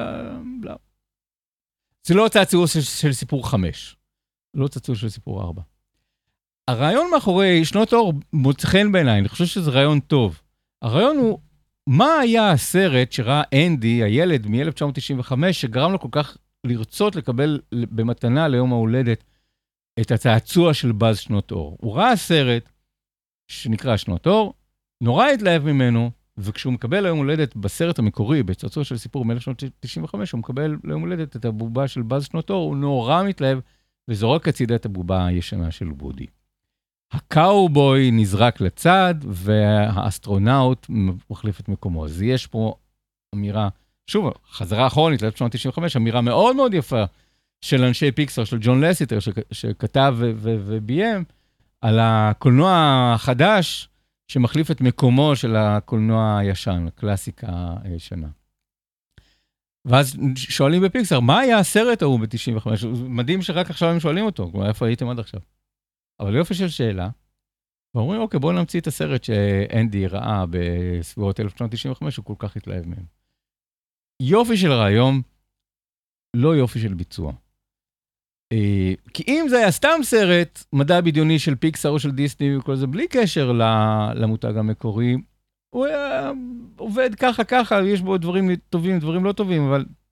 זה לא צעצוע של סיפור 5, לא צעצוע של סיפור 4. הרעיון מאחורי שנות אור מוצא חן בעיניי, אני חושב שזה רעיון טוב. הרעיון הוא, מה היה הסרט שראה אנדי, הילד מ-1995, שגרם לו כל כך לרצות לקבל במתנה ליום ההולדת את הצעצוע של באז שנות אור. הוא ראה סרט שנקרא שנות אור, נורא התלהב ממנו, וכשהוא מקבל ליום הולדת בסרט המקורי, בצעצוע של סיפור מ-1995, הוא מקבל ליום הולדת את הבובה של באז שנות אור, הוא נורא מתלהב, וזורק הצידה את הבובה הישנה של וודי. הקאובוי נזרק לצד, והאסטרונאוט מחליף את מקומו. אז יש פה אמירה, שוב, חזרה אחרונית, ל-1995, אמירה מאוד מאוד יפה של אנשי פיקסר, של ג'ון לסיטר, שכתב וביים, על הקולנוע החדש, שמחליף את מקומו של הקולנוע הישן, הקלאסיקה הישנה. ואז שואלים בפיקסר, מה היה הסרט ההוא ב-95? מדהים שרק עכשיו הם שואלים אותו, כלומר, איפה הייתם עד עכשיו? אבל יופי של שאלה, ואומרים, אוקיי, בואו נמציא את הסרט שאנדי ראה בסביבות 1995, הוא כל כך התלהב מהם. יופי של רעיון, לא יופי של ביצוע. כי אם זה היה סתם סרט, מדע בדיוני של פיקסר או של דיסני וכל זה, בלי קשר למותג המקורי, הוא היה עובד ככה, יש בו דברים טובים, דברים לא טובים,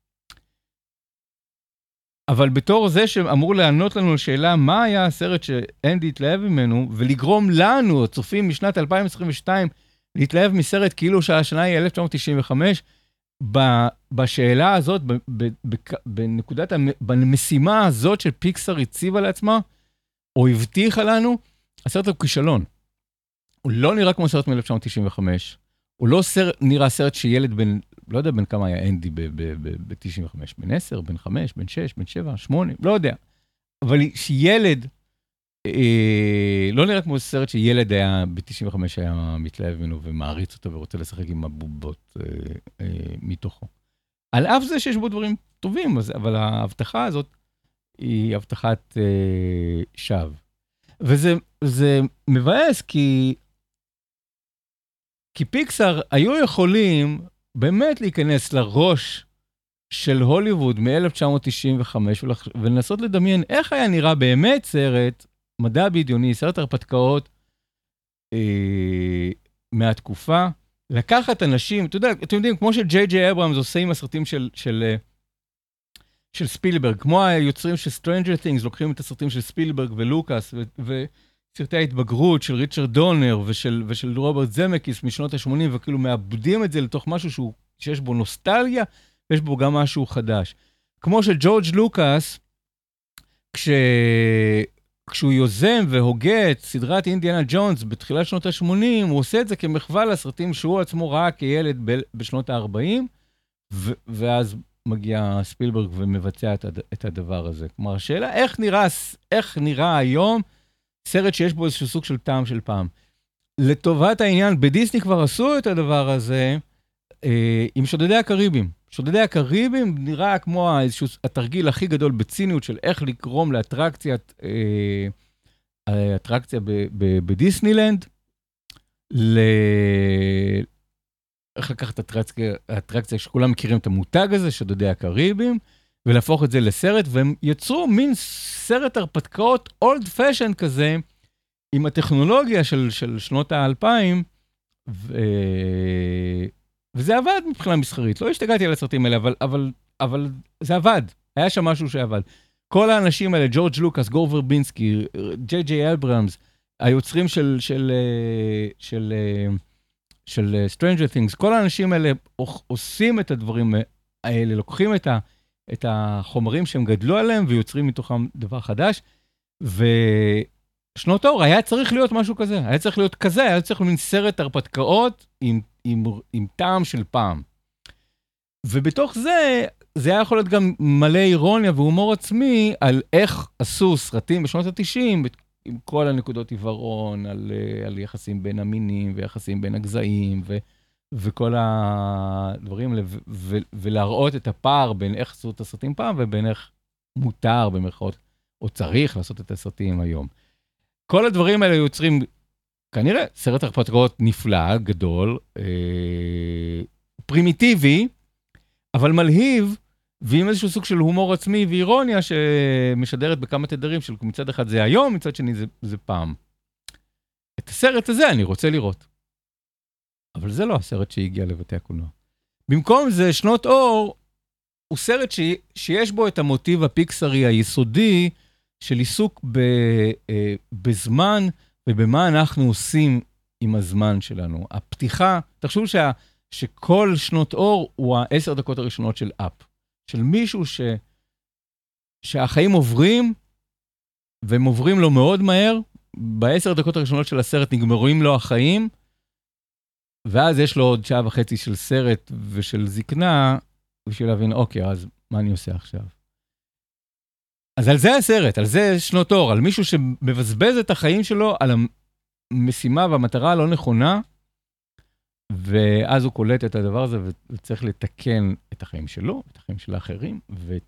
אבל בתור זה שאמור לענות לנו לשאלה, מה היה הסרט שאנדי התלהב ממנו, ולגרום לנו, הצופים משנת 2022, להתלהב מסרט כאילו שהשנה היא 1995, בשאלה הזאת, במשימה הזאת של פיקסר הציבה לעצמה, או הבטיחה לנו, הסרט הוא כישלון. הוא לא נראה כמו סרט מ-1995, הוא לא נראה סרט שילד בן, לא יודע בין כמה היה אנדי ב-95, בין 10, בין 5, בין 6, בין 7, 8, לא יודע. אבל שילד, לא נראה כמו סרט שילד היה, ב-95 היה מתלהב ממנו ומעריץ אותו ורוצה לשחק עם הבובות מתוכו. על אף זה שיש בו דברים טובים, אבל ההבטחה הזאת היא הבטחת שווא. וזה מבאס כי פיקסר היו יכולים באמת להיכנס לראש של הוליווד מ-1995 ולנסות לדמיין איך היה נראה באמת סרט מדע בדיוני, סרט הרפתקאות מהתקופה, לקחת אנשים, אתם יודעים, כמו שג'יי ג'יי אברהמס עושה עם הסרטים של ספילברג, כמו היוצרים של Stranger Things, לוקחים את הסרטים של ספילברג ולוקאס, וסרטי ההתבגרות של ריצ'רד דונר ושל רוברט זמקיס משנות ה-80, וכאילו מאבדים את זה לתוך משהו שיש בו נוסטלגיה, ויש בו גם משהו חדש. כמו שג'ורג' לוקאס, כשהוא יוזם והוגה את סדרת אינדיאנה ג'ונס בתחילת שנות ה-80, הוא עושה את זה כמחווה לסרטים שהוא עצמו ראה כילד בשנות ה-40, ואז מגיע ספילברג ומבצע את הדבר הזה. כלומר, השאלה, איך נראה היום סרט שיש בו איזשהו סוג של טעם של פעם? לטובת העניין, בדיסני כבר עשו את הדבר הזה עם שודדי הקריבים. שודדי הקריבים נראה כמו איזשהו התרגיל הכי גדול בציניות של איך לגרום לאטרקציה בדיסנילנד, איך לקחת אטרקציה שכולם מכירים את המותג הזה, שודדי הקריבים, ולהפוך את זה לסרט, והם יצרו מין סרט הרפתקאות אולד פשן כזה, עם הטכנולוגיה של שנות ה-2000, וזה עבד מבחינה מסחרית. לא השתגעתי על הסרטים האלה, אבל זה עבד. היה שם משהו שעבד. כל האנשים האלה, ג'ורג' לוקאס, גור ורבינסקי, ג'יי ג'יי אברהמס, היוצרים של Stranger Things, כל האנשים האלה עושים את הדברים האלה, לוקחים את החומרים שהם גדלו עליהם, ויוצרים מתוכם דבר חדש, ושנות אור, היה צריך להיות משהו כזה, היה צריך להיות כזה, היה צריך להיות סרט הרפתקאות עם טעם של פעם. ובתוך זה, זה היה יכול להיות גם מלא אירוניה והומור עצמי על איך עשו סרטים בשנות ה-90, עם כל הנקודות עיוורון, על יחסים בין המינים ויחסים בין הגזעים, וכל הדברים האלה, ולהראות את הפער בין איך עשו את הסרטים פעם, ובין איך מותר במרכאות, או צריך לעשות את הסרטים היום. כל הדברים האלה יוצרים, כנראה, סרט הרפתקאות נפלא, גדול, פרימיטיבי, אבל מלהיב, ועם איזשהו סוג של הומור עצמי ואירוניה שמשדרת בכמה תדרים של מצד אחד זה היום, מצד שני זה פעם. את הסרט הזה אני רוצה לראות. אבל זה לא הסרט שהגיע לבתי הקולנוע. במקום זה, שנות אור הוא סרט שיש בו את המוטיב הפיקסרי היסודי של עיסוק בזמן ובמה אנחנו עושים עם הזמן שלנו. הפתיחה, תחשבו שכל שנות אור הוא 10 דקות הראשונות של אפ. של מישהו שהחיים עוברים, והם עוברים לו מאוד מהר, ב10 דקות הראשונות של הסרט נגמרים לו החיים, ואז יש לו עוד 1.5 שעה של סרט ושל זקנה, בשביל להבין, אוקיי, אז מה אני עושה עכשיו? אז על זה הסרט, על זה שנות אור, על מישהו שמבזבז את החיים שלו על המשימה והמטרה הלא נכונה, ואז הוא קולט את הדבר הזה, וצריך לתקן את החיים שלו, את החיים של האחרים, ואת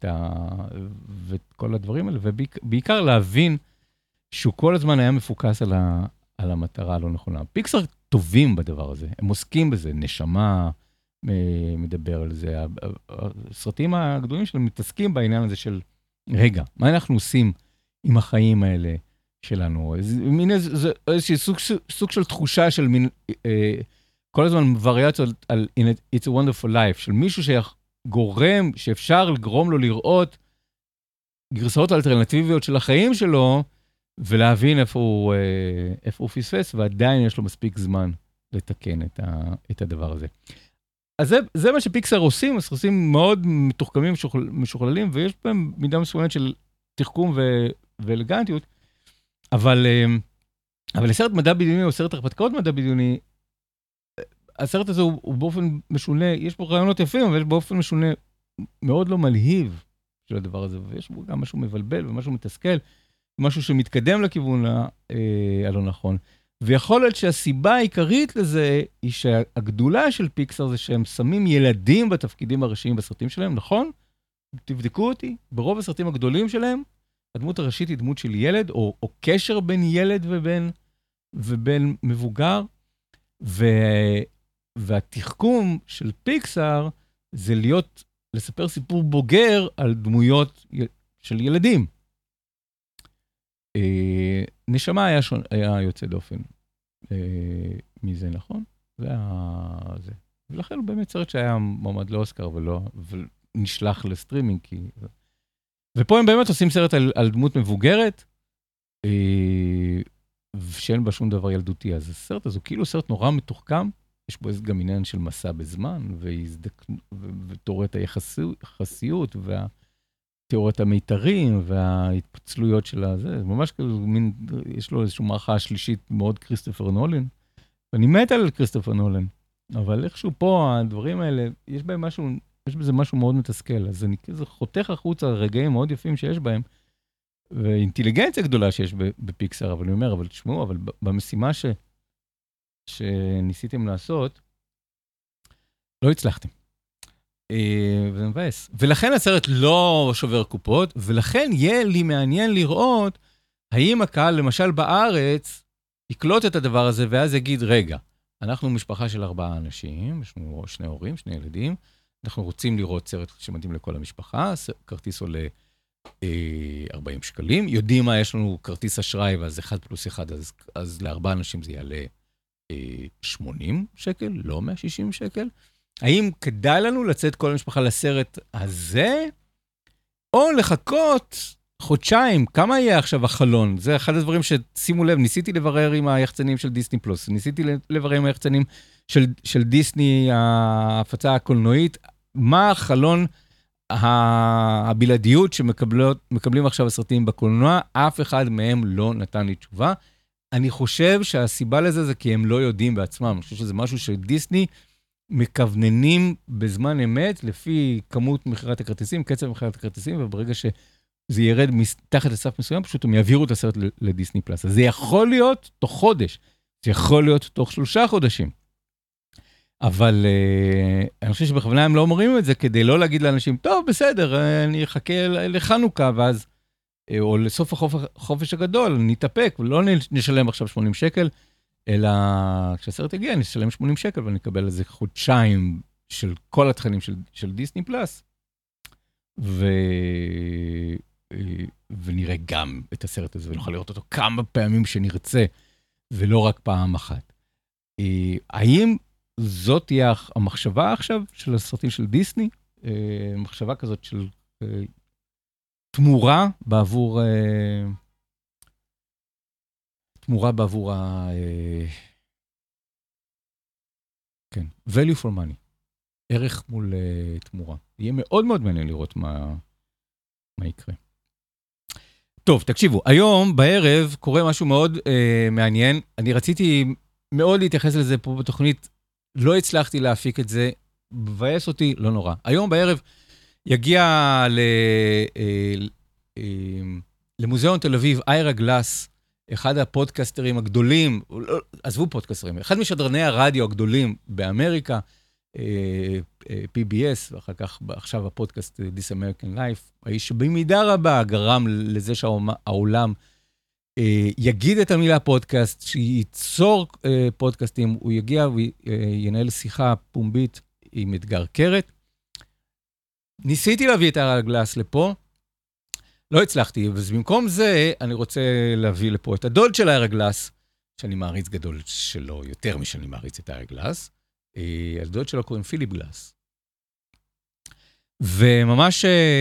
כל הדברים האלה, ובעיקר להבין שהוא כל הזמן היה מפוקס על המטרה הלא נכונה. פיקסאר טובים בדבר הזה, הם עוסקים בזה, נשמה מדבר על זה, הסרטים הגדולים שלהם מתעסקים בעניין הזה של, רגע, מה אנחנו עושים עם החיים האלה שלנו? איזשהו סוג של תחושה של מין, כל הזמן וריאציות על It's a Wonderful Life, של מישהו שגורם, שאפשר לגרום לו לראות גרסאות אלטרנטיביות של החיים שלו, ולהבין איפה הוא פספס, ועדיין יש לו מספיק זמן לתקן את הדבר הזה. אז זה מה שפיקסאר עושים, אז עושים מאוד מתוחכמים, משוכללים, ויש בהם מידה מסוימת של תחכום ואלגנטיות, אבל לסרט מדע בדיוני, או סרט הרפתקאות מדע בדיוני, הסרט הזה הוא באופן משונה, יש פה רעיונות יפים, אבל יש באופן משונה מאוד לא מלהיב של הדבר הזה, ויש בו גם משהו מבלבל ומשהו מתסכל, משהו שמתקדם לכיוון הלא נכון. ויכול להיות שהסיבה העיקרית לזה, היא שהגדולה של פיקסאר זה שהם שמים ילדים בתפקידים הראשיים בסרטים שלהם, נכון? תבדקו אותי, ברוב הסרטים הגדולים שלהם, הדמות הראשית היא דמות של ילד, או קשר בין ילד ובין מבוגר, והתחכום של פיקסאר זה לספר סיפור בוגר על דמויות של ילדים. נשמה היה יוצא דופן מזה, נכון? ולכן הוא באמת סרט שהיה מועמד לאוסקר ונשלח לסטרימינג. ופה הם באמת עושים סרט על דמות מבוגרת, שאין בה שום דבר ילדותי. אז הסרט הזה הוא כאילו סרט נורא מתוחכם, יש בו גם עניין של מסע בזמן, ותיאוריית היחסיות, והתיאוריית המיתרים, וההתפצלויות של הזה. ממש כאילו, יש לו איזושהי מערכה שלישית מאוד כריסטופר נולן. ואני מת על כריסטופר נולן, אבל איכשהו פה, הדברים האלה, יש בזה משהו מאוד מתסכל. אז אני כזה חותך החוצה רגעים מאוד יפים שיש בהם, ואינטליגנציה גדולה שיש בפיקסאר, אבל אני אומר, אבל תשמעו, אבל במשימה שניסיתם לעשות, לא הצלחתם. וזה מבאס. ולכן הסרט לא שובר קופות, ולכן יהיה לי מעניין לראות, האם הקהל, למשל בארץ, יקלוט את הדבר הזה, ואז יגיד, רגע, אנחנו משפחה של 4 אנשים, יש לנו 2 הורים, 2 ילדים, אנחנו רוצים לראות סרט שמתאים לכל המשפחה, כרטיס עולה 40 שקלים, יודעים מה, יש לנו כרטיס אשראי, ואז 1+1, אז ל4 אנשים זה יעלה 80 שקל, לא 160 שקל. האם כדאי לנו לצאת כל המשפחה לסרט הזה, או לחכות חודשיים? כמה יהיה עכשיו החלון? זה אחד הדברים ששימו לב, ניסיתי לברר עם היחצנים של דיסני פלוס, ניסיתי לברר עם היחצנים של דיסני, ההפצה הקולנועית, מה החלון הבלעדיות שמקבלים עכשיו הסרטים בקולנוע, אף אחד מהם לא נתן לי תשובה. אני חושב שהסיבה לזה זה כי הם לא יודעים בעצמם. אני חושב שזה משהו שדיסני מכווננים בזמן אמת, לפי כמות מכירת הכרטיסים, קצב מכירת הכרטיסים, וברגע שזה ירד מתחת לסף מסוים, פשוט הם יעבירו את הסרט לדיסני פלאס. אז זה יכול להיות תוך חודש, זה יכול להיות תוך 3 חודשים. אבל אני חושב שבכוונה הם לא אומרים את זה, כדי לא להגיד לאנשים, טוב, בסדר, אני אחכה לחנוכה, ואז, או לסוף החופש הגדול, נתאפק, ולא נשלם עכשיו 80 שקל, אלא כשהסרט יגיע, נשלם 80 שקל, ונקבל איזה חודשיים של כל התכנים של דיסני פלאס, ונראה גם את הסרט הזה, ונוכל לראות אותו כמה פעמים שנרצה, ולא רק פעם אחת. האם זאת תהיה המחשבה עכשיו של הסרטים של דיסני? מחשבה כזאת של תמורה בעבור כן, value for money. ערך מול תמורה. יהיה מאוד מאוד מעניין לראות מה יקרה. טוב, תקשיבו, היום בערב קורה משהו מאוד מעניין. אני רציתי מאוד להתייחס לזה פה בתוכנית, לא הצלחתי להפיק את זה, מבאס אותי, לא נורא. היום בערב יגיע למוזיאון תל אביב, איירה גלאס, אחד הפודקאסטרים הגדולים, עזבו פודקאסטרים, אחד משדרני הרדיו הגדולים באמריקה, PBS, ואחר כך עכשיו הפודקאסט This American Life, האיש שבמידה רבה גרם לזה שהעולם יגיד את המילה פודקאסט, שייצור פודקאסטים, הוא יגיע וינהל שיחה פומבית עם אתגר קרת. ניסיתי להביא את איירה גלאס לפה, לא הצלחתי, אז במקום זה אני רוצה להביא לפה את הדוד של איירה גלאס, שאני מעריץ גדול שלו, יותר משאני מעריץ את איירה גלאס, הדוד שלו קוראים פיליפ גלאס. וממש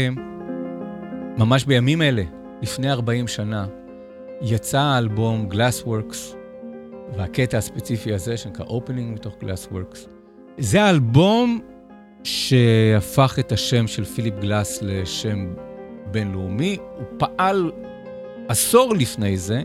בימים אלה, לפני 40 שנה, יצא האלבום Glassworks, והקטע הספציפי הזה שנקרא Opening מתוך Glassworks. זה האלבום שהפך את השם של פיליפ גלאס לשם בינלאומי. הוא פעל עשור לפני זה,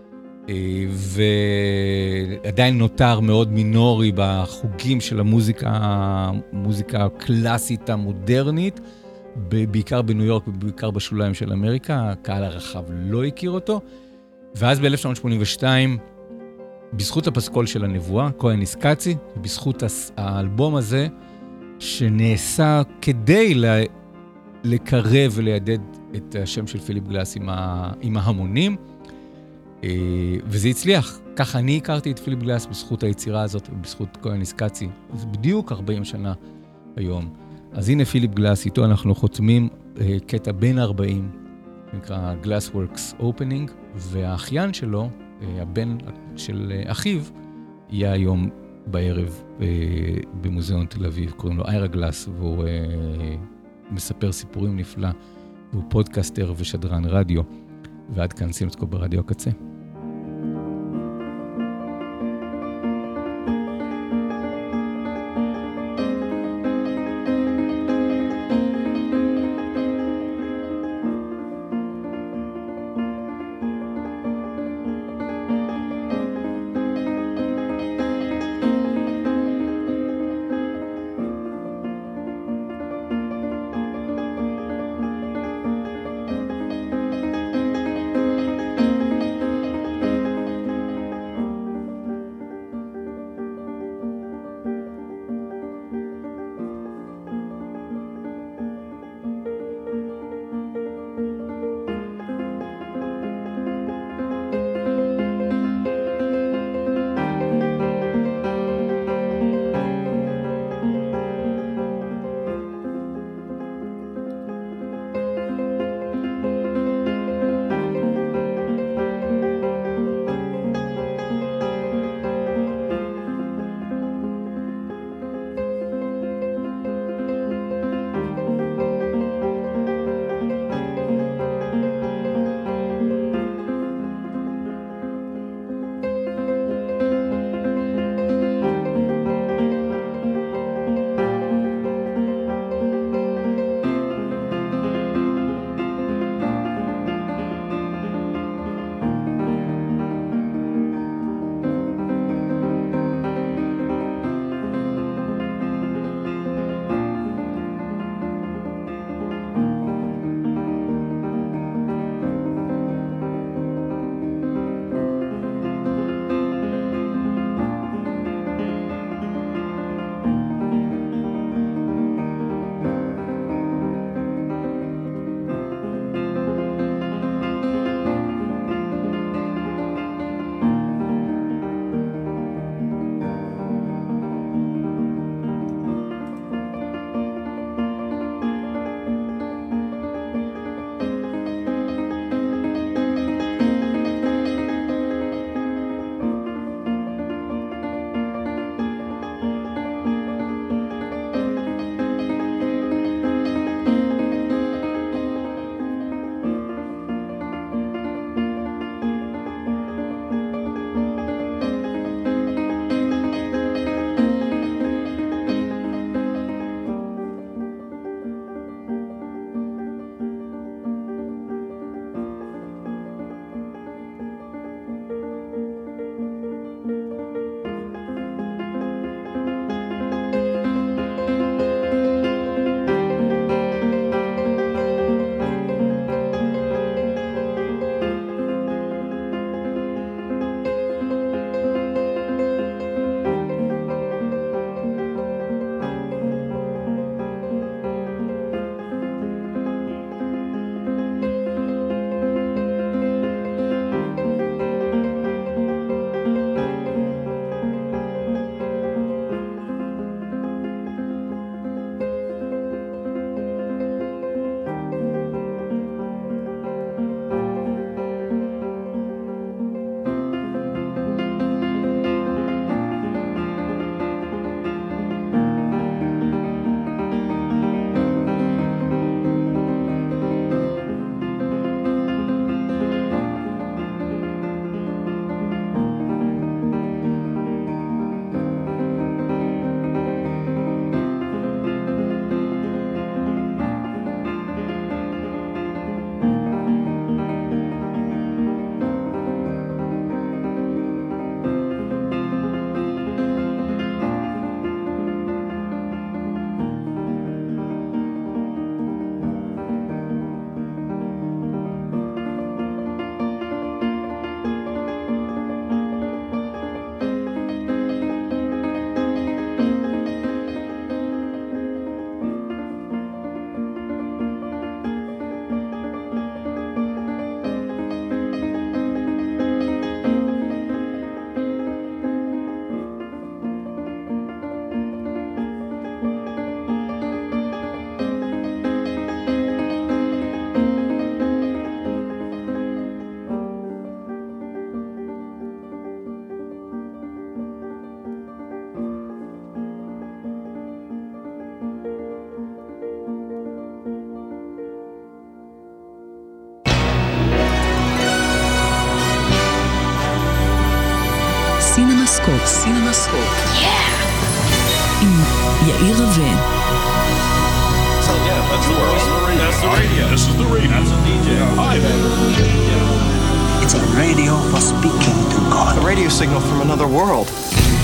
ועדיין נותר מאוד מינורי בחוגים של המוזיקה הקלאסית המודרנית, בעיקר בניו יורק ובעיקר בשוליים של אמריקה, הקהל הרחב לא הכיר אותו. ואז ב-1982, בזכות הפסקול של הנבואה, כהן איסקצי, ובזכות האלבום הזה, שנעשה כדי לקרב ולידד את השם של פיליפ גלאס עם ההמונים, וזה הצליח. ככה אני הכרתי את פיליפ גלאס בזכות היצירה הזאת ובזכות כהן איסקצי. זה בדיוק 40 שנה היום. אז הנה פיליפ גלאס, איתו אנחנו חותמים קטע בין 40, נקרא Glassworks Opening, והאחיין שלו, הבן של אחיו, יהיה היום בערב במוזיאון תל אביב, קוראים לו איירה גלאס, והוא מספר סיפורים נפלא, והוא פודקאסטר ושדרן רדיו, ועד כאן סינוסקופ ברדיו הקצה. סינמסקופ. סינמסקופ. עם יאיר רווה. So yeah, that's the world. That's the radio. This is the radio. That's a DJ. Hi there. It's a radio for speaking to God. A radio signal from another world.